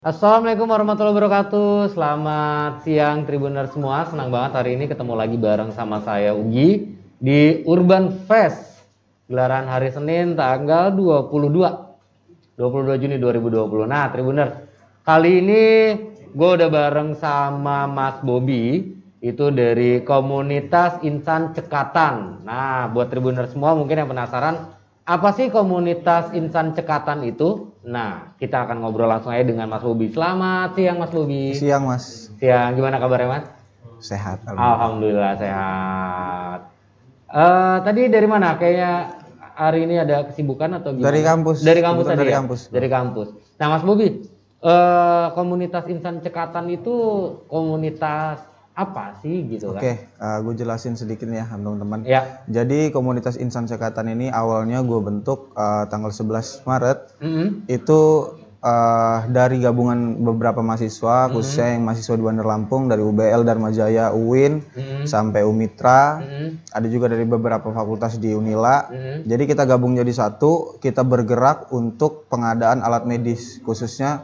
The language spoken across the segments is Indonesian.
Assalamualaikum warahmatullahi wabarakatuh. Selamat siang Tribuners semua. Senang banget hari ini ketemu lagi bareng sama saya Ugi di Urban Fest. Gelaran hari Senin tanggal 22 Juni 2020. Nah, Tribuners, kali ini gue udah bareng sama Mas Bobby, itu dari komunitas Insan Cekatan. Nah, buat Tribuners semua mungkin yang penasaran, apa sih komunitas Insan Cekatan itu? Nah, kita akan ngobrol langsung aja dengan Mas Bobby. Selamat siang Mas Bobby. Siang Mas. Siang, gimana kabarnya Mas? Sehat. Alhamdulillah sehat. Tadi dari mana? Kayaknya hari ini ada kesibukan atau gimana? Dari kampus. Dari kampus tadi dari ya? kampus. Dari kampus. Nah Mas Bobby, komunitas Insan Cekatan itu komunitas apa sih gitu kan? Oke, gue jelasin sedikit ya teman-teman. Ya. Jadi komunitas Insan Cekatan ini awalnya gue bentuk tanggal 11 Maret. Itu dari gabungan beberapa mahasiswa, khususnya yang mahasiswa di Bandar Lampung, dari UBL, Dharma Jaya, UIN, sampai UMITRA. Ada juga dari beberapa fakultas di Unila. Jadi kita gabung jadi satu, kita bergerak untuk pengadaan alat medis, khususnya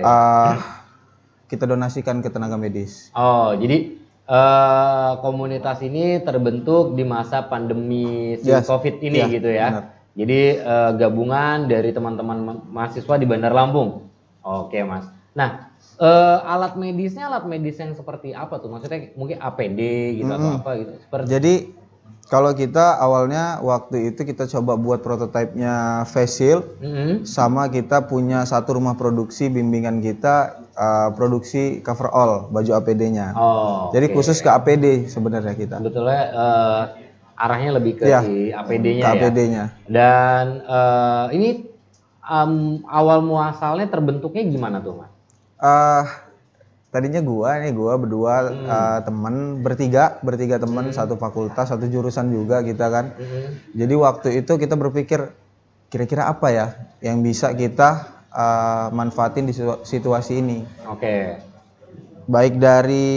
kita donasikan ke tenaga medis. Oh, jadi komunitas ini terbentuk di masa pandemi COVID ini gitu ya. Benar. Jadi gabungan dari teman-teman mahasiswa di Bandar Lampung. Oke, Mas. Nah, alat medis yang seperti apa tuh? Maksudnya mungkin APD gitu atau apa gitu? Jadi kalau kita awalnya waktu itu kita coba buat prototipenya face shield, sama kita punya satu rumah produksi bimbingan kita produksi coverall baju APD-nya. Jadi khusus ke APD sebenarnya kita. Sebetulnya arahnya lebih ke si APD-nya ya. APD-nya. Dan ini awal muasalnya terbentuknya gimana tuh, Mas? Tadinya gua berdua temen bertiga temen, satu fakultas, satu jurusan juga kita kan. Jadi waktu itu kita berpikir kira-kira apa ya yang bisa kita manfaatin di situasi ini. Baik dari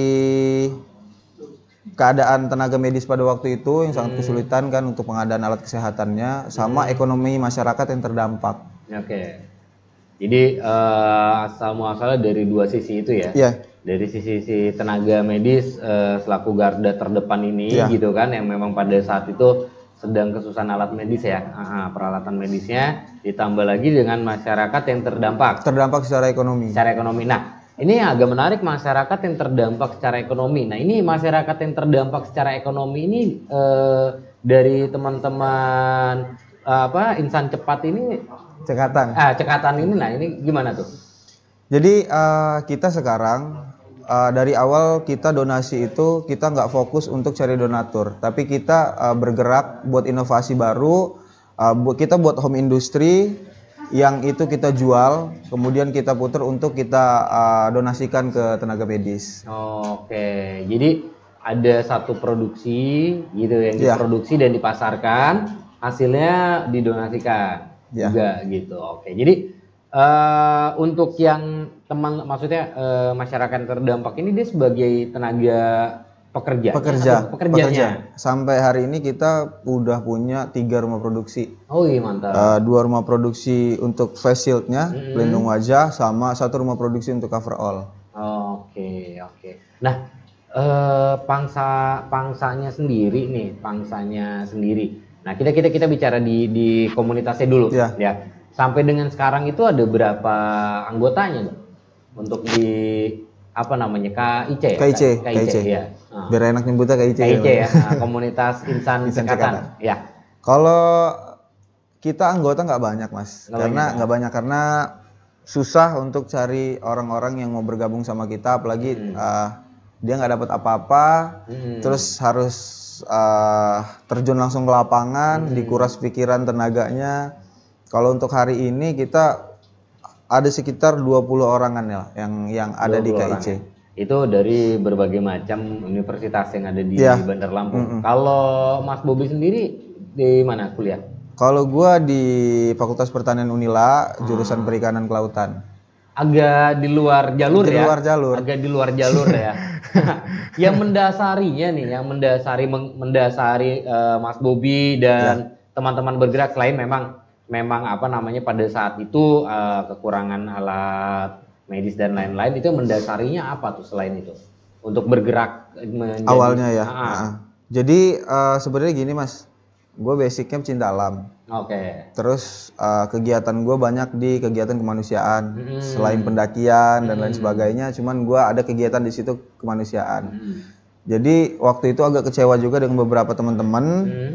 keadaan tenaga medis pada waktu itu yang sangat kesulitan kan untuk pengadaan alat kesehatannya, sama ekonomi masyarakat yang terdampak. Jadi asal muasalnya dari dua sisi itu ya. Dari sisi tenaga medis selaku garda terdepan ini gitu kan, yang memang pada saat itu sedang kesusahan alat medis ya, peralatan medisnya, ditambah lagi dengan masyarakat yang terdampak secara ekonomi. Nah, ini agak menarik, masyarakat yang terdampak secara ekonomi. Nah, ini masyarakat yang terdampak secara ekonomi ini dari teman-teman Insan Cepat ini Cekatan ini, nah ini gimana tuh? Jadi kita sekarang dari awal kita donasi itu kita nggak fokus untuk cari donatur, tapi kita bergerak buat inovasi baru, kita buat home industry yang itu kita jual, kemudian kita putar untuk kita donasikan ke tenaga medis. Jadi ada satu produksi gitu yang diproduksi dan dipasarkan, hasilnya didonasikan juga gitu. Jadi untuk yang maksudnya masyarakat terdampak ini dia sebagai tenaga pekerja. Sampai hari ini kita udah punya 3 rumah produksi. Mantap. 2 rumah produksi untuk face shield-nya, pelindung wajah, sama 1 rumah produksi untuk coverall. Nah, pangsanya sendiri. Nah, kita bicara di komunitasnya dulu ya. Sampai dengan sekarang itu ada berapa anggotanya untuk di KIC ya? KIC ya. Biar enak nyebutnya KIC ya. Komunitas Insan Cekatan. Ya. Kalau kita anggota nggak banyak, Mas. Karena susah untuk cari orang-orang yang mau bergabung sama kita, apalagi dia nggak dapat apa-apa, terus harus terjun langsung ke lapangan, dikuras pikiran tenaganya. Kalau untuk hari ini kita ada sekitar 20 orangan ya yang ada di KIC. Itu dari berbagai macam universitas yang ada di Bandar Lampung. Kalau Mas Bobby sendiri di mana kuliah? Kalau gua di Fakultas Pertanian Unila, jurusan Perikanan Kelautan. Agak di luar jalur ya. Agak di luar jalur ya. Yang mendasarinya nih, mendasari Mas Bobby dan teman-teman bergerak selain memang pada saat itu kekurangan alat medis dan lain-lain, itu mendasarinya apa tuh selain itu untuk bergerak menjadi awalnya ya. Jadi sebenarnya gini Mas, gue basicnya pecinta alam. Terus kegiatan gue banyak di kegiatan kemanusiaan, selain pendakian dan lain sebagainya. Cuman gue ada kegiatan di situ kemanusiaan. Jadi waktu itu agak kecewa juga dengan beberapa teman-teman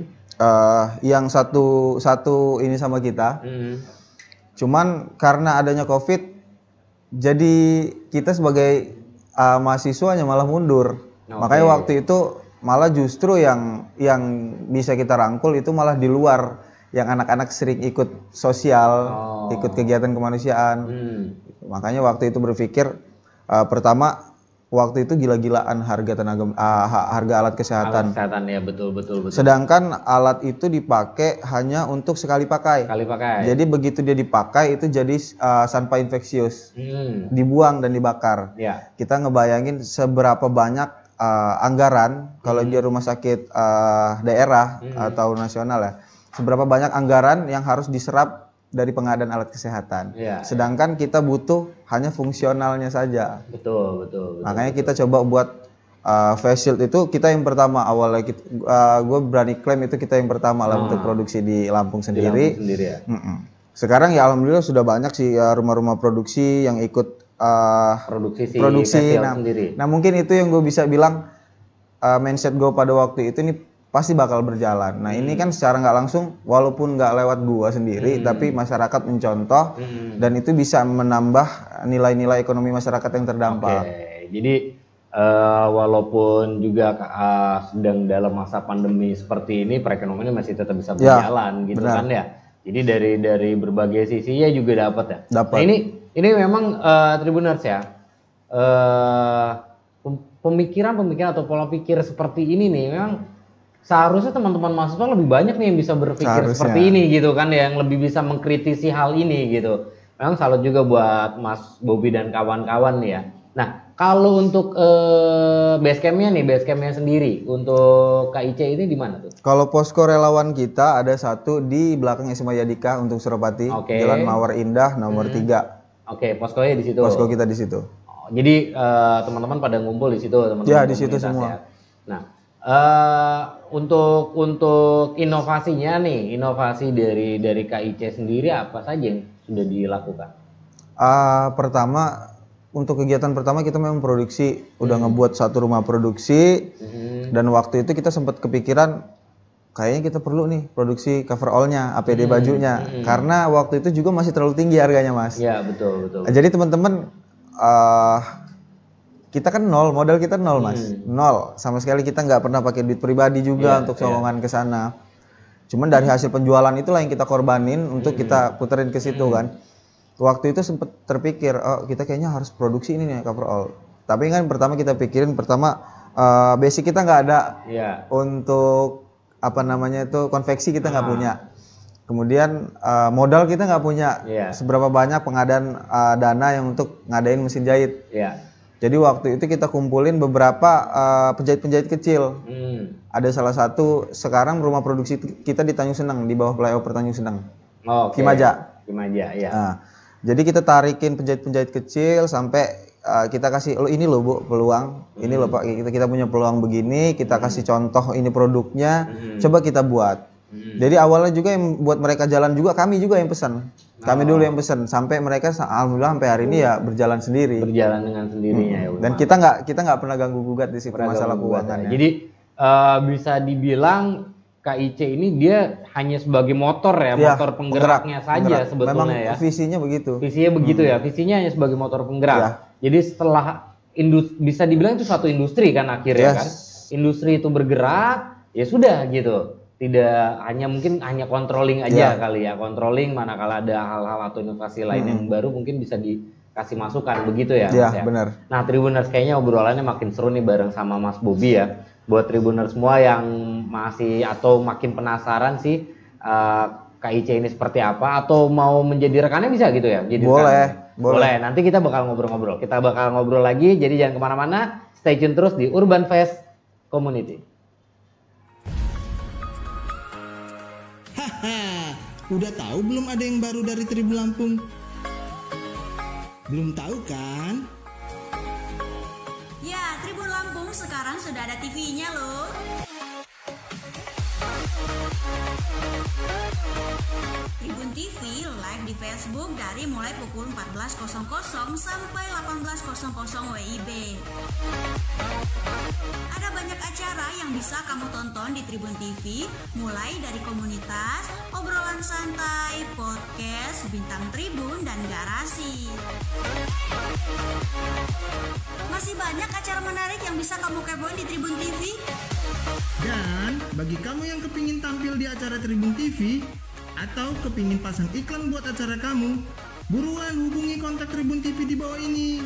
yang satu ini sama kita. Cuman karena adanya COVID, jadi kita sebagai mahasiswanya malah mundur. Makanya waktu itu malah justru yang bisa kita rangkul itu malah di luar, yang anak-anak sering ikut sosial, ikut kegiatan kemanusiaan. Makanya waktu itu berpikir pertama waktu itu gila-gilaan harga harga alat kesehatan. Alat kesehatan ya, betul. Sedangkan alat itu dipakai hanya untuk sekali pakai. Jadi begitu dia dipakai itu jadi sampah infeksius, dibuang dan dibakar. Kita ngebayangin seberapa banyak anggaran kalau di rumah sakit daerah atau nasional ya, seberapa banyak anggaran yang harus diserap dari pengadaan alat kesehatan. Sedangkan kita butuh hanya fungsionalnya saja. Betul. Makanya kita coba buat face shield itu kita yang pertama awalnya. Gue berani klaim itu kita yang pertama lah untuk produksi di Lampung sendiri. Sekarang ya alhamdulillah sudah banyak sih rumah-rumah produksi yang ikut produksi. Nah mungkin itu yang gue bisa bilang mindset gue pada waktu itu ini pasti bakal berjalan. Nah ini kan secara nggak langsung walaupun nggak lewat gue sendiri, tapi masyarakat mencontoh dan itu bisa menambah nilai-nilai ekonomi masyarakat yang terdampak. Jadi walaupun juga sedang dalam masa pandemi seperti ini, perekonomiannya masih tetap bisa berjalan gitu kan ya. Jadi dari berbagai sisinya juga dapat ya. Nah ini memang Tribuners ya, pemikiran atau pola pikir seperti ini nih memang seharusnya teman-teman mahasiswa lebih banyak nih yang bisa berpikir seperti ini gitu kan ya, yang lebih bisa mengkritisi hal ini gitu. Memang salut juga buat Mas Bobby dan kawan-kawan nih ya. Nah kalau untuk basecampnya sendiri untuk KIC ini di mana tuh? Kalau posko relawan kita ada satu di belakang SMA Yadika untuk Suropati, Jalan Mawar Indah nomor 3. Poskonya di situ. Posko kita di situ. Jadi teman-teman pada ngumpul di situ, teman-teman. Ya di situ semua. Ya. Nah untuk inovasinya nih, inovasi dari KIC sendiri apa saja yang sudah dilakukan? Pertama untuk kegiatan pertama kita memang produksi, udah ngebuat satu rumah produksi dan waktu itu kita sempat kepikiran kayaknya kita perlu nih produksi coverall-nya, APD bajunya, karena waktu itu juga masih terlalu tinggi harganya Mas. Iya betul. Jadi teman-teman kita kan modal kita nol Mas, nol sama sekali, kita nggak pernah pakai duit pribadi juga untuk sokongan ke sana. Cuman dari hasil penjualan itulah yang kita korbanin untuk kita puterin ke situ kan. Waktu itu sempat terpikir, kita kayaknya harus produksi ini nih coverall. Tapi kan pertama kita pikirin basic kita nggak ada untuk konveksi kita nggak punya. Kemudian modal kita nggak punya. Seberapa banyak pengadaan dana yang untuk ngadain mesin jahit. Jadi waktu itu kita kumpulin beberapa penjahit-penjahit kecil. Ada salah satu sekarang rumah produksi kita di Tanjung Seneng, di bawah flyover Tanjung Seneng. Kimaja ya. Nah, jadi kita tarikin penjahit-penjahit kecil sampai kita kasih ini loh Bu peluang, ini loh Pak kita punya peluang begini, kita kasih contoh ini produknya, coba kita buat. Jadi awalnya juga yang buat mereka jalan juga kami juga yang pesan. Kami dulu yang pesan sampai mereka alhamdulillah sampai hari ini ya berjalan sendiri. Berjalan dengan sendirinya ya. Dan kita nggak pernah ganggu gugat di situ masalah keuangannya. Jadi bisa dibilang KIC ini dia hanya sebagai motor ya, motor penggeraknya saja sebetulnya. Memang ya. Visinya begitu. Visinya begitu ya. Visinya hanya sebagai motor penggerak. Jadi setelah bisa dibilang itu suatu industri kan akhirnya kan. Industri itu bergerak, ya sudah gitu. Tidak hanya controlling aja kali ya, controlling manakala ada hal-hal atau inovasi lain yang baru mungkin bisa dikasih masukan begitu ya Mas ya. Benar. Nah Tribuners kayaknya obrolannya makin seru nih bareng sama Mas Bobby ya. Buat Tribuners semua yang masih atau makin penasaran sih KIC ini seperti apa atau mau menjadi rekannya bisa gitu ya? Jadi boleh. Nanti kita bakal ngobrol-ngobrol. Kita bakal ngobrol lagi. Jadi jangan kemana-mana. Stay tune terus di Urban Fest Community. Udah tahu belum ada yang baru dari Tribun Lampung? Belum tahu kan? Ya, Tribun Lampung sekarang sudah ada TV-nya loh. Tribun TV live di Facebook dari mulai pukul 14.00 sampai 18.00 WIB. Ada banyak acara yang bisa kamu tonton di Tribun TV, mulai dari komunitas, obrolan santai, podcast, bintang tribun, dan garasi. Masih banyak acara menarik yang bisa kamu kepoin di Tribun TV. Dan bagi kamu yang kepingin tampil di acara Tribun TV atau kepingin pasang iklan buat acara kamu, buruan hubungi kontak Tribun TV di bawah ini.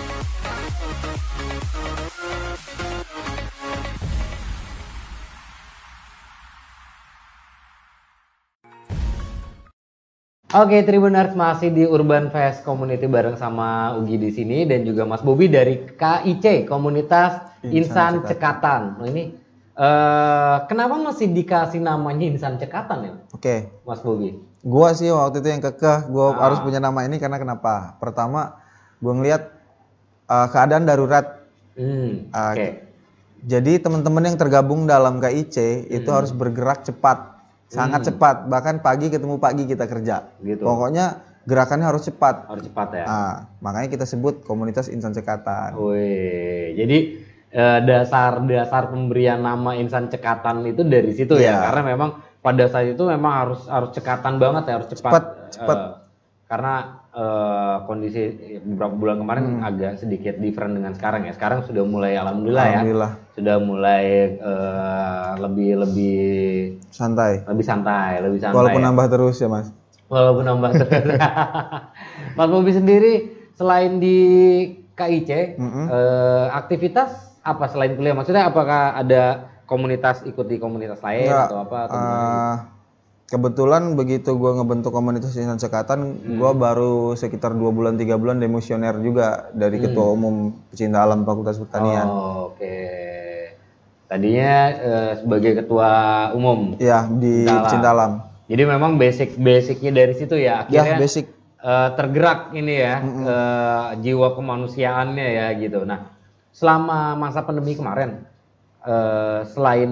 Oke, Tribuners masih di Urban Fest Community bareng sama Ugi di sini dan juga Mas Bobi dari KIC, Komunitas Insan Cekatan. Nah, ini kenapa masih dikasih namanya Insan Cekatan ya? Oke. Mas Bobi. Gua sih waktu itu yang kekeh, gua harus punya nama ini karena kenapa? Pertama, gua ngelihat keadaan darurat. Oke. Jadi teman-teman yang tergabung dalam KIC itu harus bergerak cepat. Sangat cepat, bahkan pagi ketemu pagi kita kerja. Gitu. Pokoknya gerakannya harus cepat. Harus cepat ya. Makanya kita sebut Komunitas Insan Cekatan. Wih, jadi dasar pemberian nama Insan Cekatan itu dari situ ya, karena memang pada saat itu memang harus cekatan banget ya, harus cepat. Karena kondisi beberapa bulan kemarin agak sedikit different dengan sekarang ya. Sekarang sudah mulai alhamdulillah ya. Sudah mulai lebih santai. Lebih santai. Walaupun nambah terus ya, Mas. Walaupun nambah terus. Mas Bobi sendiri selain di KIC, aktivitas apa selain kuliah? Maksudnya apakah ada ikuti komunitas lain atau apa? Kebetulan begitu gue ngebentuk Komunitas Insan Cekatan, gue baru sekitar 2 bulan 3 bulan demosioner juga dari Ketua Umum Pecinta Alam Fakultas Pertanian. Oke. Tadinya sebagai Ketua Umum. Iya, di Pecinta Alam. Jadi memang basicnya dari situ ya. Akhirnya basic. Tergerak ini ya, jiwa kemanusiaannya ya gitu. Nah, selama masa pandemi kemarin, selain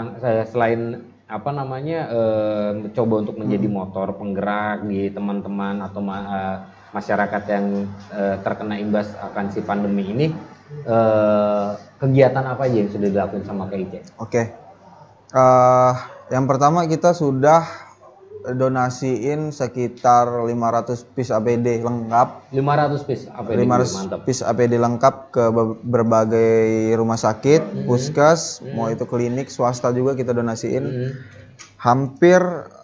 coba untuk menjadi motor penggerak di teman-teman atau masyarakat yang terkena imbas akan si pandemi ini, kegiatan apa aja yang sudah dilakukan sama KIC? Oke. Yang pertama kita sudah donasiin sekitar 500 piece APD lengkap. 500 piece APD. 500 piece APD lengkap ke berbagai rumah sakit, puskes, mau itu klinik swasta juga kita donasiin. Hampir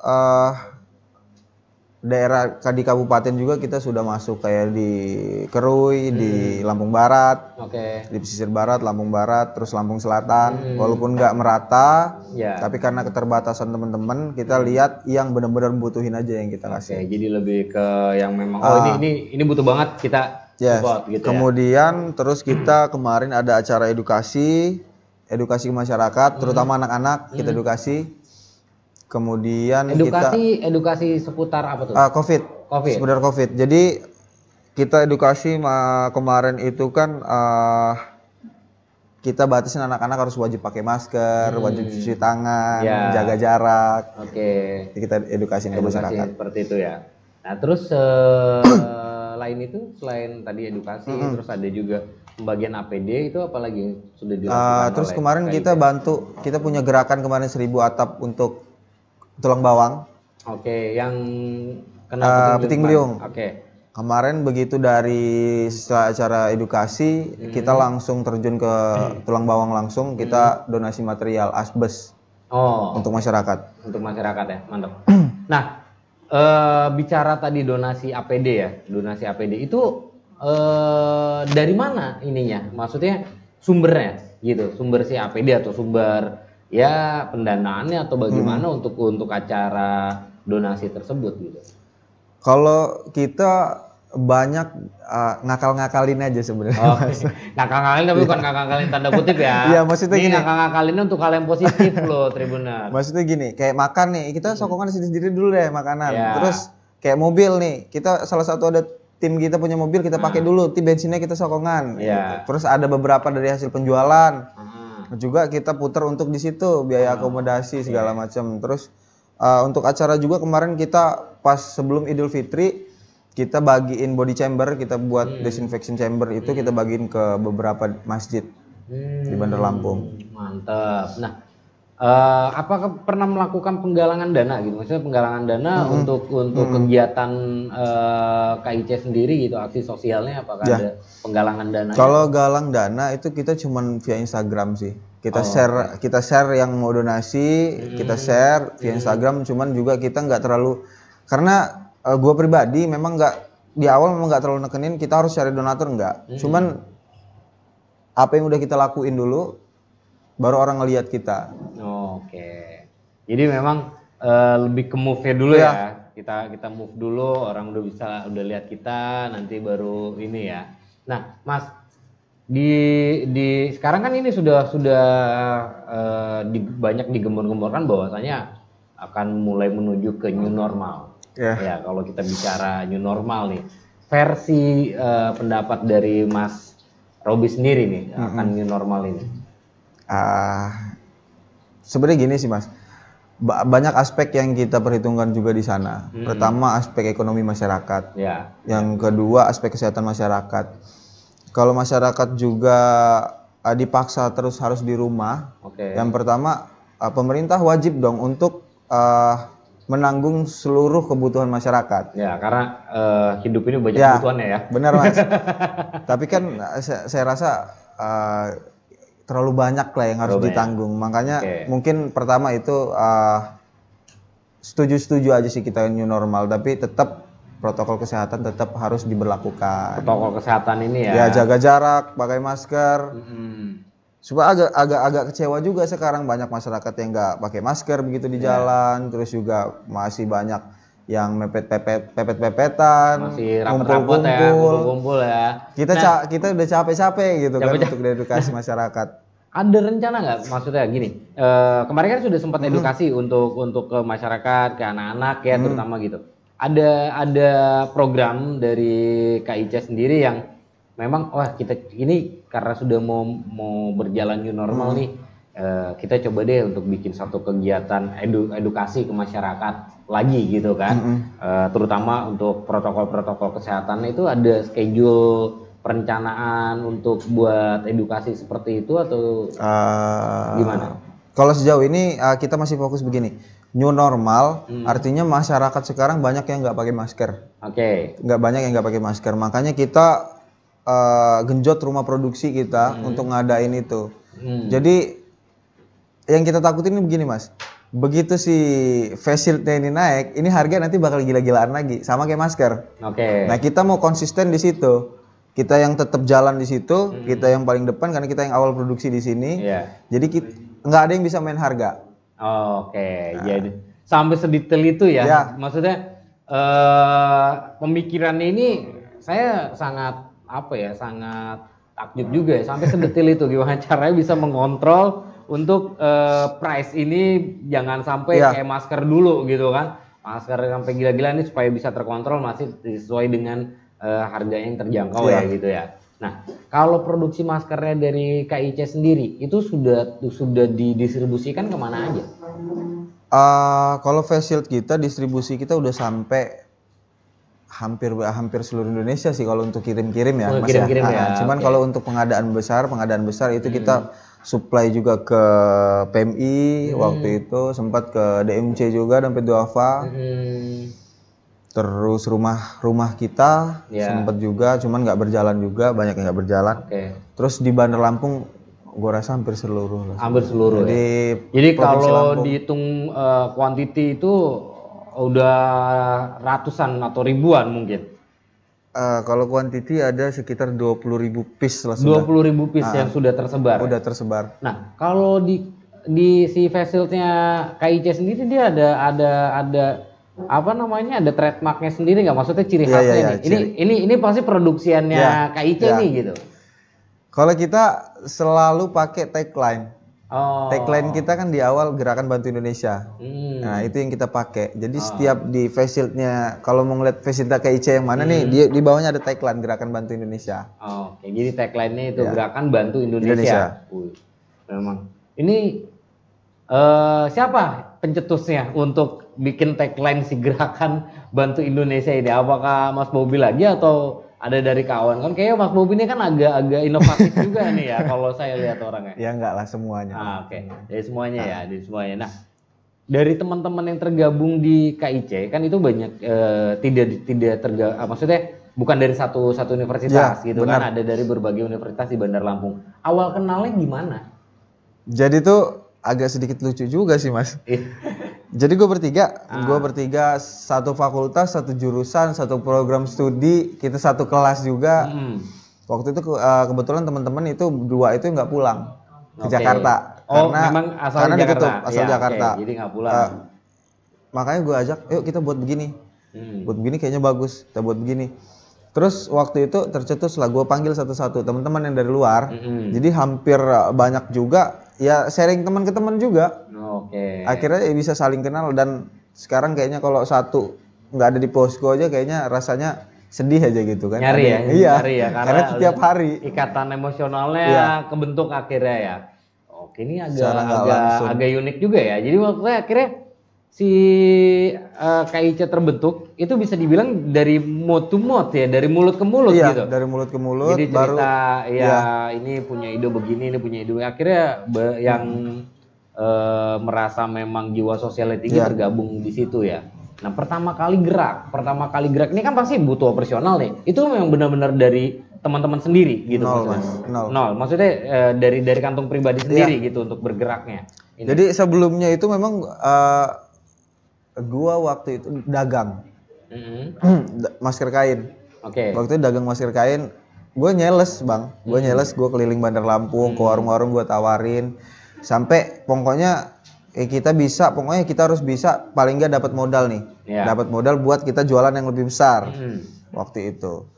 daerah di kabupaten juga kita sudah masuk kayak di Kerui, di Lampung Barat, di pesisir barat, Lampung Barat, terus Lampung Selatan. Walaupun nggak merata, tapi karena keterbatasan teman-teman, kita lihat yang benar-benar butuhin aja yang kita kasih. Jadi lebih ke yang memang ini butuh banget kita support gitu. Kemudian terus kita kemarin ada acara edukasi ke masyarakat, terutama anak-anak kita edukasi. Kemudian edukasi seputar apa tuh? COVID. Seputar COVID. Jadi kita edukasi kemarin itu kan kita batasin anak-anak harus wajib pakai masker, wajib cuci tangan, jaga jarak. Jadi kita edukasi ke masyarakat. Seperti itu ya. Nah terus selain tadi edukasi, terus ada juga pembagian APD, itu apalagi yang sudah dilakukan? Terus kemarin kita bantu, kita punya gerakan kemarin 1000 atap untuk tulang bawang. Yang kena puting beliung. Kemarin begitu dari acara edukasi, kita langsung terjun ke tulang bawang langsung, kita donasi material asbes untuk masyarakat. Untuk masyarakat ya, mantap. Nah, bicara tadi donasi APD itu dari mana ininya? Maksudnya sumbernya gitu, sumber si APD atau sumber pendanaannya atau bagaimana untuk acara donasi tersebut gitu. Kalau kita banyak ngakal-ngakalin aja sebenarnya. Ngakal-ngakalin tapi bukan ngakal-ngakalin tanda kutip ya. Iya, maksudnya gini. Ngakal-ngakalinnya untuk hal yang positif loh, Tribuner. Maksudnya gini, kayak makan nih, kita sokongan sendiri dulu deh makanan. Terus kayak mobil nih, kita salah satu ada tim kita punya mobil kita pakai dulu, tim bensinnya kita sokongan. Gitu. Terus ada beberapa dari hasil penjualan. Juga kita putar untuk di situ biaya akomodasi segala macam. Terus untuk acara juga kemarin kita pas sebelum Idul Fitri kita bagiin body chamber, kita buat disinfection chamber itu kita bagiin ke beberapa masjid di Bandar Lampung. Mantap. Nah, apakah pernah melakukan penggalangan dana gitu? Maksudnya penggalangan dana untuk kegiatan KIC sendiri gitu, aksi sosialnya apakah ada penggalangan dana? Kalau galang dana itu kita cuman via Instagram sih. Kita share yang mau donasi, kita share via Instagram, cuman juga kita nggak terlalu, karena gue pribadi memang nggak di awal memang nggak terlalu nekenin kita harus cari donatur, nggak. Cuman apa yang udah kita lakuin dulu, baru orang ngelihat kita. Oke. Jadi memang lebih ke move-nya dulu ya. Kita move dulu, orang udah lihat kita, nanti baru ini ya. Nah, Mas, di sekarang kan ini sudah banyak digembor-gemborkan bahwasanya akan mulai menuju ke new normal. Ya, kalau kita bicara new normal nih, versi pendapat dari Mas Robi sendiri nih akan new normal ini. Sebenarnya gini sih Mas, banyak aspek yang kita perhitungkan juga di sana. Pertama aspek ekonomi masyarakat, yang kedua aspek kesehatan masyarakat. Kalau masyarakat juga dipaksa terus harus di rumah, yang pertama pemerintah wajib dong untuk menanggung seluruh kebutuhan masyarakat. Ya, karena hidup ini banyak kebutuhannya ya. Benar Mas. Tapi kan saya rasa terlalu banyak lah yang harus ditanggung. Makanya mungkin pertama itu setuju aja sih kita new normal, tapi tetap protokol kesehatan tetap harus diberlakukan. Protokol kesehatan ini ya. Ya, jaga jarak, pakai masker. Supaya agak kecewa juga sekarang banyak masyarakat yang nggak pakai masker begitu di jalan, terus juga masih banyak yang pepet-pepetan, masih kumpul-kumpul ya. Kita udah capek-capek gitu kan untuk edukasi masyarakat. Ada rencana nggak, maksudnya gini, kemarin kan sudah sempat edukasi untuk ke masyarakat, ke anak-anak ya terutama gitu. Ada program dari KIC sendiri yang memang kita ini karena sudah mau berjalan new normal nih, kita coba deh untuk bikin satu kegiatan edukasi ke masyarakat lagi gitu kan, terutama untuk protokol kesehatan itu ada schedule perencanaan untuk buat edukasi seperti itu atau gimana? Kalau sejauh ini kita masih fokus begini, new normal artinya masyarakat sekarang banyak yang nggak pakai masker. Nggak banyak yang nggak pakai masker, makanya kita genjot rumah produksi kita untuk ngadain itu. Jadi yang kita takutin ini begini Mas, begitu si face shield-nya ini naik, ini harga nanti bakal gila-gilaan lagi, sama kayak masker. Nah kita mau konsisten di situ, kita yang tetap jalan di situ, kita yang paling depan karena kita yang awal produksi di sini. Jadi nggak ada yang bisa main harga. Jadi sampai sedetail itu ya. Maksudnya pemikirannya ini saya sangat takjub juga ya, sampai sedetail itu gimana caranya bisa mengontrol untuk price ini jangan sampai kayak masker dulu gitu kan, masker sampai gila-gilaan ini supaya bisa terkontrol masih sesuai dengan harganya yang terjangkau ya gitu ya. Nah, kalau produksi maskernya dari KIC sendiri itu sudah didistribusikan kemana aja? Kalau face shield kita distribusi kita udah sampai hampir seluruh Indonesia sih kalau untuk kirim-kirim ya, Mas ya. Cuman kalau untuk pengadaan besar itu kita supply juga ke PMI waktu itu, sempat ke DMC juga dan Duafa. Terus rumah kita sempat juga, cuman nggak berjalan juga, banyak yang nggak berjalan. Terus di Bandar Lampung, gue rasa hampir seluruh. Jadi kalau dihitung quantity itu udah ratusan atau ribuan mungkin. Kalau quantity ada sekitar 20.000 piece lah. 20.000 piece yang sudah tersebar. Udah tersebar. Nah, kalau di si face shield-nya KIC sendiri dia ada apa namanya, ada trademarknya sendiri nggak? Maksudnya ciri khasnya ini pasti produksiannya KIC nih gitu. Kalau kita selalu pakai tagline Oh. Tagline kita kan di awal Gerakan Bantu Indonesia. Nah, itu yang kita pakai. Jadi setiap di face shieldnya, kalau mau ngeliat face shield KIC yang mana nih, dia di bawahnya ada tagline Gerakan Bantu Indonesia. Oke, jadi tagline-nya itu Gerakan Bantu Indonesia. Memang. Ini siapa pencetusnya untuk bikin tagline si Gerakan Bantu Indonesia ini? Apakah Mas Bobi lagi atau ada dari kawan? Kan kayaknya Mas Bobi ini kan agak inovatif juga nih ya kalau saya lihat orangnya. Ya enggak lah semuanya. Oke. Dari semuanya ya, dari semuanya. Nah, dari teman-teman yang tergabung di KIC kan itu banyak tidak tergabung, maksudnya bukan dari satu universitas gitu benar. Kan ada dari berbagai universitas di Bandar Lampung. Awal kenalnya gimana? Jadi tuh agak sedikit lucu juga sih Mas. Jadi gue bertiga, satu fakultas, satu jurusan, satu program studi, kita satu kelas juga. Waktu itu kebetulan teman-teman itu dua itu nggak pulang ke Jakarta. Oh, memang asal Jakarta. Ditutup, asal Jakarta. Jadi nggak pulang. Makanya gue ajak, yuk kita buat begini. Buat begini kayaknya bagus, kita buat begini. Terus waktu itu tercetuslah gue panggil satu-satu teman-teman yang dari luar. Jadi hampir banyak juga, ya sharing teman ke teman juga. Akhirnya ya bisa saling kenal dan sekarang kayaknya kalau satu nggak ada di posko aja kayaknya rasanya sedih aja gitu kan. Nyari ya? Iya, nyari ya, karena setiap hari. Ikatan emosionalnya kebentuk akhirnya ya. Oke, ini agak unik juga ya. Jadi maksudnya akhirnya si KIC terbentuk itu bisa dibilang dari mouth to mouth ya, dari mulut ke mulut gitu. Dari mulut ke mulut. Jadi cerita ini punya ide begini, ini punya ide. Akhirnya yang merasa memang jiwa sosialnya tinggi tergabung di situ ya. Nah, pertama kali gerak ini kan pasti butuh operasional nih. Itu memang benar-benar dari teman-teman sendiri gitu. Nol. Maksudnya dari kantong pribadi sendiri gitu untuk bergeraknya. Ini. Jadi sebelumnya itu memang gua waktu itu dagang masker kain. Waktu itu dagang masker kain. Gue nyeles bang, gue keliling Bandar Lampung, ke warung-warung gue tawarin. Sampai pokoknya kita harus bisa paling nggak dapat modal nih, dapat modal buat kita jualan yang lebih besar waktu itu.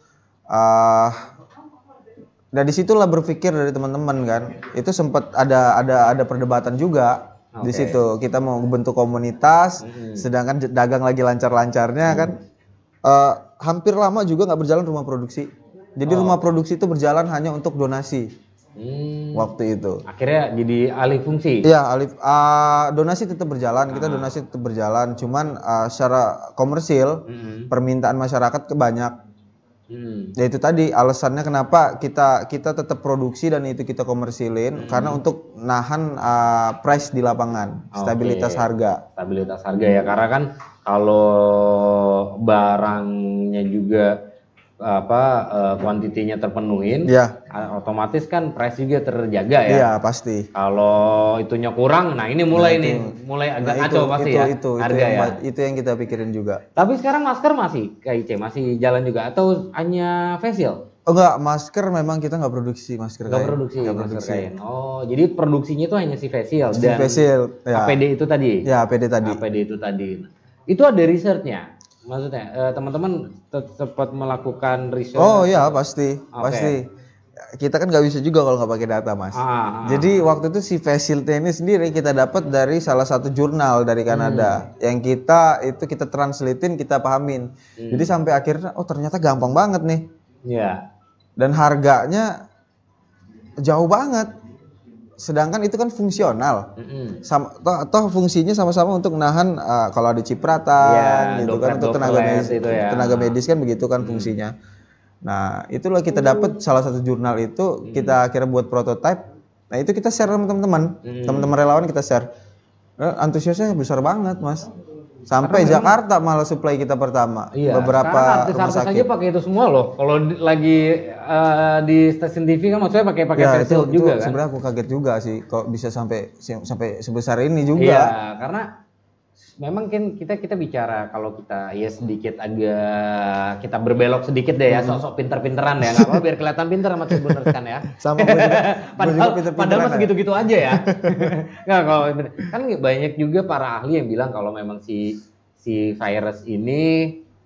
Dari situlah berpikir dari teman-teman kan, itu sempat ada perdebatan juga di situ. Kita mau bentuk komunitas, sedangkan dagang lagi lancar-lancarnya kan, hampir lama juga nggak berjalan rumah produksi. Jadi rumah produksi itu berjalan hanya untuk donasi. Waktu itu akhirnya jadi alih fungsi. Iya, donasi tetap berjalan, kita donasi tetap berjalan, cuman secara komersil permintaan masyarakat banyak. Ya itu tadi alasannya kenapa kita tetap produksi dan itu kita komersilin karena untuk nahan price di lapangan, stabilitas harga. Stabilitas harga ya, karena kan kalau barangnya juga kuantitinya terpenuhin, otomatis kan price juga terjaga ya. Iya pasti. Kalau itunya kurang, nah ini mulai agak kacau pasti harga itu yang kita pikirin juga. Tapi sekarang masker masih KIC masih jalan juga atau hanya facial? Oh enggak, masker memang kita nggak produksi masker kain. Nggak produksi kain. Oh, jadi produksinya itu hanya si facial dan ya. APD itu tadi. Ya, APD itu tadi. Itu ada researchnya. Maksudnya teman-teman sempat melakukan riset? Oh iya pasti. Kita kan nggak bisa juga kalau nggak pakai data mas. Jadi waktu itu si face shield ini sendiri kita dapat dari salah satu jurnal dari Kanada yang kita translatein, kita pahamin. Jadi sampai akhirnya ternyata gampang banget nih. Iya. Dan harganya jauh banget. Sedangkan itu kan fungsional, toh fungsinya sama-sama untuk nahan kalau ada cipratan, gitu kan untuk tenaga medis kan begitu kan fungsinya. Nah itulah kita dapat salah satu jurnal itu, kita akhirnya buat prototype. Nah itu kita share sama teman-teman relawan kita share. Antusiasnya besar banget mas. Sampai Jakarta malah supply kita pertama. Beberapa rumah sakit aja pakai itu semua loh. Kalau lagi di stasiun TV kan maksudnya pakai face shield juga kan. Sebenarnya aku kaget juga sih kok bisa sampai sebesar ini juga. Iya, karena memang kan kita bicara kalau kita sedikit agak kita berbelok sedikit deh ya, sok-sok pinter-pinteran ya, nggak apa biar kelihatan pinter sama Tribuners kan ya. Sama padahal segitu-gitu aja ya. Nggak, kalau kan banyak juga para ahli yang bilang kalau memang si virus ini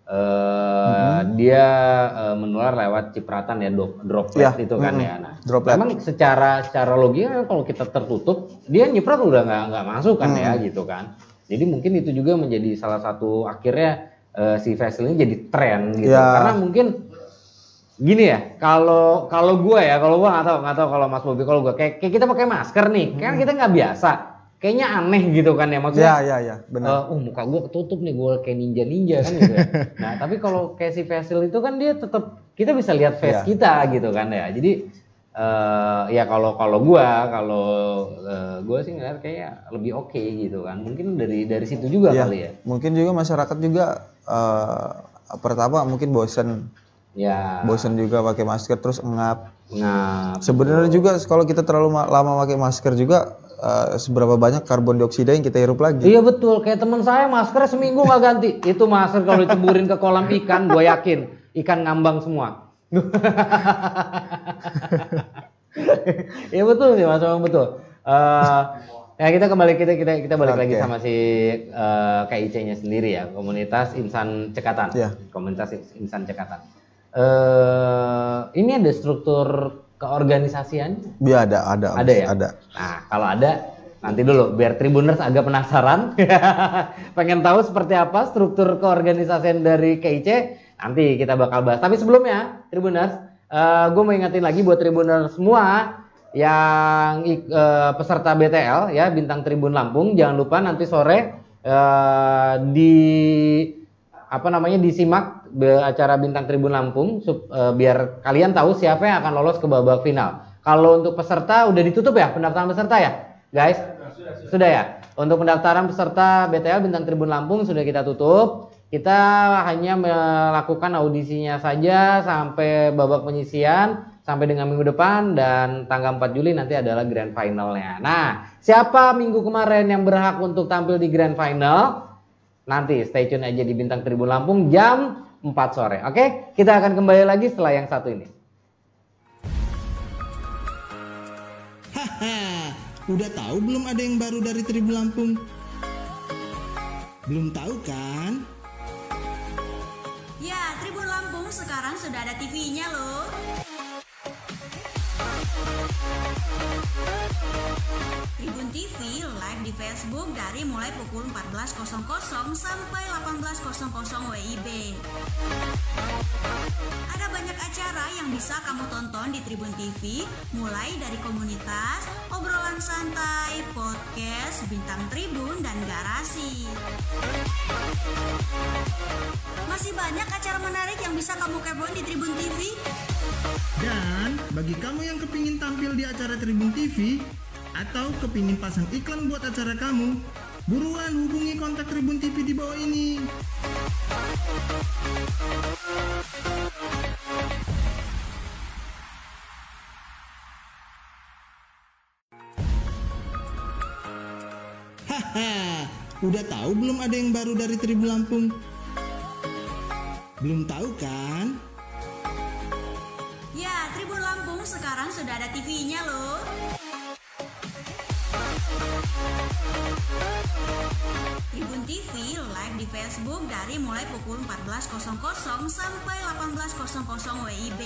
dia menular lewat cipratan ya, droplet itu kan ya. Nah, droplet. memang secara logika kalau kita tertutup, dia nyiprat udah nggak masuk kan ya gitu kan. Jadi mungkin itu juga menjadi salah satu akhirnya si Faisal ini jadi tren gitu. Karena mungkin gini ya, kalau gue nggak tahu kalau Mas Bobi, kalau gue kayak kita pakai masker nih, kan kita nggak biasa. Kayaknya aneh gitu kan ya maksudnya. Iya, benar. Muka gue ketutup nih, gue kayak ninja kan gitu. Nah, tapi kalau kayak si Faisal itu kan dia tetap kita bisa lihat face kita gitu kan ya. Jadi ya kalau gue sih ngeliat kayak lebih oke gitu kan. Mungkin dari situ juga kali ya. Mungkin juga masyarakat juga pertama mungkin bosen. Ya. Bosen juga pakai masker terus ngap. Sebenarnya juga kalau kita terlalu lama pakai masker juga seberapa banyak karbon dioksida yang kita hirup lagi. Iya betul, kayak teman saya masker seminggu nggak ganti. Itu masker kalau diceburin ke kolam ikan, gue yakin ikan ngambang semua. Iya betul sih Mas, memang betul. Ya kita balik lagi sama si KIC-nya sendiri ya, Komunitas Insan Cekatan. Komunitas Insan Cekatan. Ini ada struktur keorganisasian? Ya ada ya. Nah kalau ada nanti dulu biar Tribuners agak penasaran, pengen tahu seperti apa struktur keorganisasian dari KIC, nanti kita bakal bahas. Tapi sebelumnya Tribuners, gue mau ingetin lagi buat Tribuners semua yang peserta BTL ya, Bintang Tribun Lampung, jangan lupa nanti sore disimak acara Bintang Tribun Lampung biar kalian tahu siapa yang akan lolos ke babak final. Kalau untuk peserta udah ditutup ya pendaftaran peserta ya, guys? Sudah ya. Untuk pendaftaran peserta BTL Bintang Tribun Lampung sudah kita tutup. Kita hanya melakukan audisinya saja sampai babak penyisian sampai dengan minggu depan, dan tanggal 4 Juli nanti adalah grand finalnya. Nah, siapa minggu kemarin yang berhak untuk tampil di grand final? Nanti stay tune aja di Bintang Tribun Lampung jam 4 sore. Oke, kita akan kembali lagi setelah yang satu ini. Udah tahu belum ada yang baru dari Tribun Lampung? Belum tahu kan? Ya, Tribun Lampung sekarang sudah ada TV-nya loh. Tribun TV live di Facebook dari mulai pukul 14.00 sampai 18.00 WIB. Ada banyak acara yang bisa kamu tonton di Tribun TV, mulai dari komunitas, obrolan santai, podcast, Bintang Tribun, dan garasi. Masih banyak acara menarik yang bisa kamu kepoin di Tribun TV. Dan bagi kamu yang kepingin tampil di acara Tribun TV atau kepingin pasang iklan buat acara kamu, buruan hubungi kontak Tribun TV di bawah ini. Udah tahu belum ada yang baru dari Tribun Lampung? Belum tahu kan? Ya, Tribun Lampung sekarang sudah ada TV-nya loh. Tribun TV live di Facebook dari mulai pukul 14.00 sampai 18.00 WIB.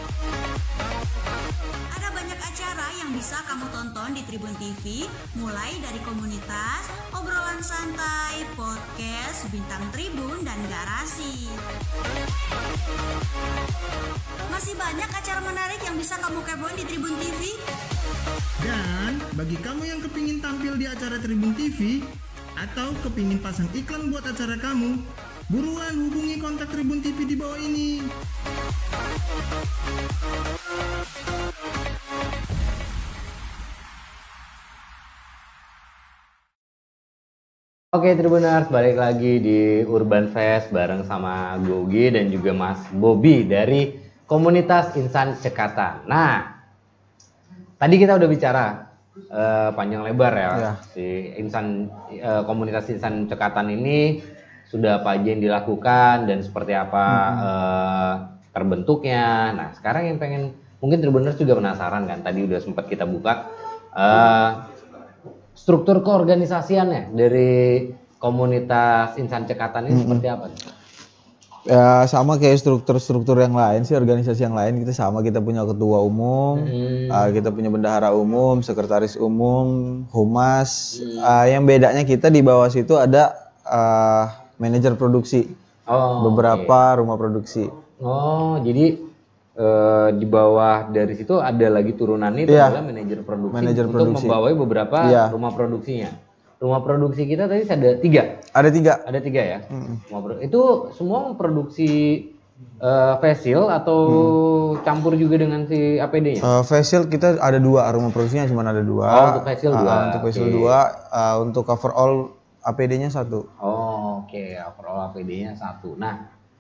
Ada banyak acara yang bisa kamu tonton di Tribun TV, mulai dari komunitas, obrolan santai, podcast, Bintang Tribun, dan garasi. Masih banyak acara menarik yang bisa kamu kepoin di Tribun TV. Dan bagi kamu yang kepingin tampil di acara Tribun TV atau kepingin pasang iklan buat acara kamu, buruan hubungi kontak Tribun TV di bawah ini. Oke Tribuners, balik lagi di Urban Fest bareng sama Gogi dan juga Mas Bobi dari Komunitas Insan Cekatan. Nah, tadi kita udah bicara panjang lebar ya. Si Komunitas Insan Cekatan ini sudah apa aja yang dilakukan dan seperti apa terbentuknya. Nah, sekarang yang mungkin Tribuners juga penasaran kan, tadi udah sempat kita buka struktur keorganisasiannya dari Komunitas Insan Cekatan ini seperti apa? Ya sama kayak struktur-struktur yang lain sih, organisasi yang lain kita sama, kita punya ketua umum, kita punya bendahara umum, sekretaris umum, humas. Yang bedanya kita di bawah situ ada manajer produksi, beberapa rumah produksi. Oh, jadi di bawah dari situ ada lagi turunannya itu adalah manajer produksi untuk membawai beberapa rumah produksinya. Rumah produksi kita tadi ada 3. Ada 3 ya. Itu semua produksi face shield atau campur juga dengan si APD-nya? Face shield kita ada 2, rumah produksinya cuma ada 2. Untuk face shield 2. Untuk face shield 2, untuk coverall APD-nya 1. Coverall APD-nya 1. Nah,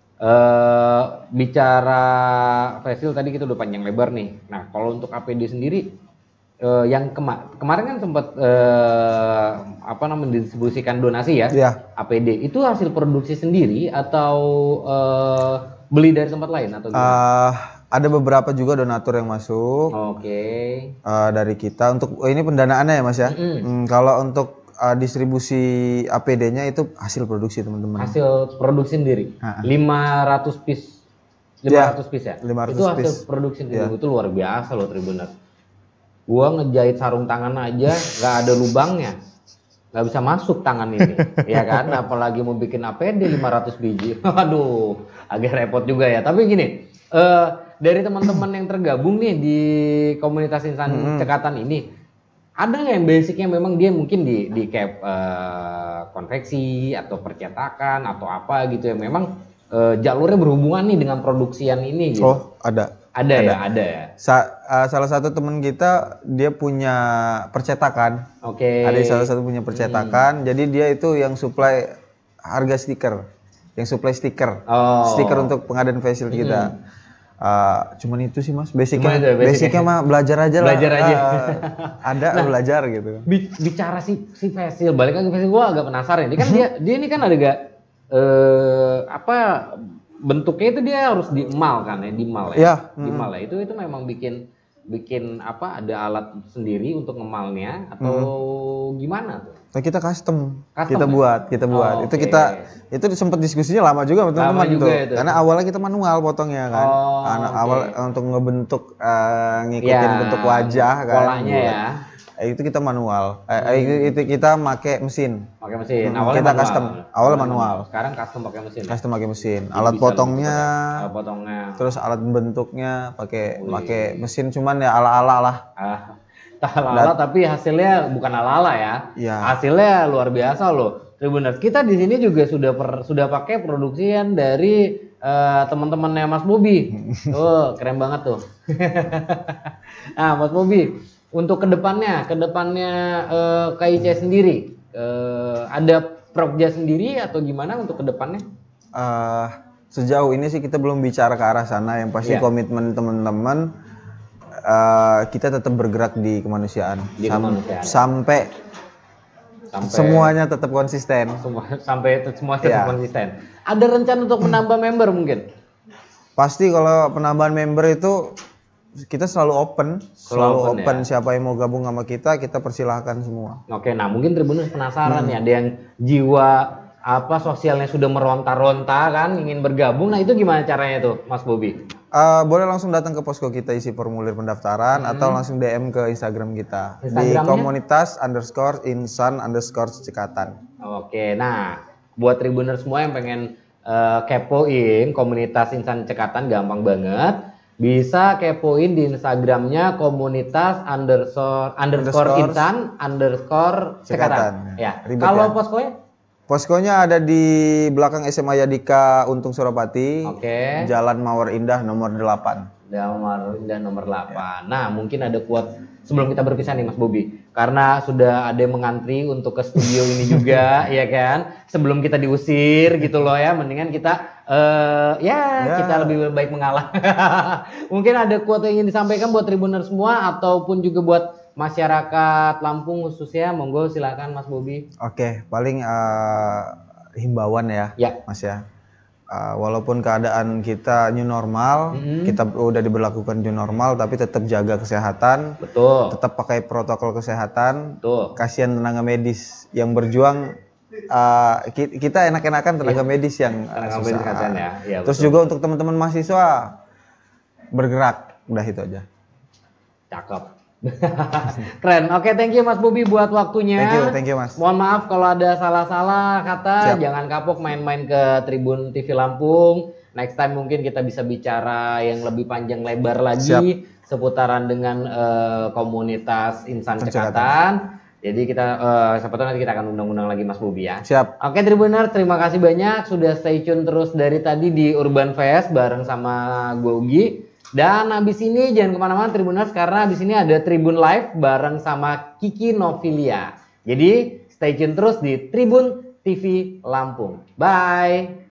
bicara face shield tadi kita udah panjang lebar nih. Nah, kalau untuk APD sendiri yang kemarin kan sempat mendistribusikan donasi ya, APD itu hasil produksi sendiri atau beli dari tempat lain atau gimana? Ada beberapa juga donatur yang masuk. Dari kita untuk ini pendanaannya ya Mas ya. Kalau untuk distribusi APD-nya itu hasil produksi teman-teman. Hasil produksi sendiri. 500 piece. 500 piece ya? 500 itu hasil produksi sendiri. Itu luar biasa loh Tribuners. Gua ngejahit sarung tangan aja nggak ada lubangnya. Nggak bisa masuk tangan ini. Ya kan? Apalagi mau bikin APD 500 biji. Aduh, agak repot juga ya. Tapi gini, dari teman-teman yang tergabung nih di komunitas insan cekatan ini, ada nggak yang basicnya memang dia mungkin di kayak konveksi atau percetakan atau apa gitu ya, memang jalurnya berhubungan nih dengan produksian ini gitu? Ada ya. Salah satu teman kita dia punya percetakan. Ada salah satu punya percetakan. Jadi dia itu yang supply harga stiker, yang supply stiker, stiker untuk pengadaan face shield kita. Cuman itu sih Mas, basicnya mah belajar aja. Belajar gitu. Bicara si face shield, balik lagi face shield, gue agak penasaran. Dia kan dia ini kan ada gak bentuknya itu dia harus di-emal kan ya, di-emal ya. Di-emal ya. Itu memang bikin ada alat sendiri untuk ngemalnya atau gimana tuh? Nah, kita custom kita buat. Itu sempat diskusinya lama juga teman-teman itu. Karena awalnya kita manual potongnya kan. Untuk ngebentuk ngikutin bentuk wajah kan. Polanya ya. Itu kita manual. Itu kita pakai mesin. Awalnya kita manual. Custom. Awalnya manual. Sekarang custom pakai mesin. Custom pakai mesin. Alat potongnya. Terus alat bentuknya pakai mesin, cuman ya ala-ala lah. Ala-ala tapi hasilnya bukan ala-ala ya. Hasilnya luar biasa loh. Tribuners, kita di sini juga sudah pakai produksian dari teman-temannya Mas Bobi. Keren banget tuh. Nah, Mas Bobi, untuk kedepannya KIC sendiri ada Prokja sendiri atau gimana untuk kedepannya? Sejauh ini sih kita belum bicara ke arah sana. Yang pasti komitmen teman-teman kita tetap bergerak di kemanusiaan. Sampai semuanya tetap konsisten. Sampai semua tetap konsisten. Ada rencana untuk menambah member mungkin? Pasti kalau penambahan member itu kita selalu open ya? Siapa yang mau gabung sama kita persilahkan semua. Nah mungkin Tribuners penasaran ya, ada yang jiwa sosialnya sudah meronta-ronta kan, ingin bergabung. Nah itu gimana caranya tuh Mas Bobi? Boleh langsung datang ke posko kita, isi formulir pendaftaran, atau langsung DM ke Instagram kita di komunitas_insan_cekatan. Nah buat Tribuners semua yang pengen kepoin komunitas insan cekatan, gampang banget. Bisa kepoin di Instagramnya komunitas_insan_cekatan. Ya. Kalau poskonya? Poskonya ada di belakang SMA Yadika Untung Suropati. Jalan Mawar Indah nomor 8. Mawar Indah nomor 8. Nah, mungkin ada quote sebelum kita berpisah nih Mas Bobi. Karena sudah ada yang mengantri untuk ke studio ini juga, ya kan? Sebelum kita diusir gitu loh ya, mendingan kita kita lebih baik mengalah. Mungkin ada quote yang ingin disampaikan buat Tribuners semua ataupun juga buat masyarakat Lampung khususnya, monggo silakan Mas Bobi. Paling himbauan ya, Mas ya. Walaupun keadaan kita new normal, kita udah diberlakukan new normal, tapi tetap jaga kesehatan. Betul. Tetap pakai protokol kesehatan. Betul. Kasihan tenaga medis yang berjuang kita enak-enakan tenaga medis yang Tenaga susah. medis kasihan ya. Iya, Terus betul. juga untuk teman-teman mahasiswa bergerak, udah itu aja. Cakep. Keren. Oke, thank you Mas Bobi buat waktunya. Thank you Mas. Mohon maaf kalau ada salah-salah kata. Siap. Jangan kapok main-main ke Tribun TV Lampung. Next time mungkin kita bisa bicara yang lebih panjang lebar lagi seputaran dengan komunitas Insan Cekatan. Jadi kita siapa tahu nanti kita akan undang-undang lagi Mas Bobi ya. Siap. Oke Tribuners, terima kasih banyak sudah stay tune terus dari tadi di Urban Fest bareng sama gue Ugi. Dan abis ini jangan kemana-mana Tribuners karena abis ini ada Tribun Live bareng sama Kiki Novilia. Jadi stay tune terus di Tribun TV Lampung. Bye.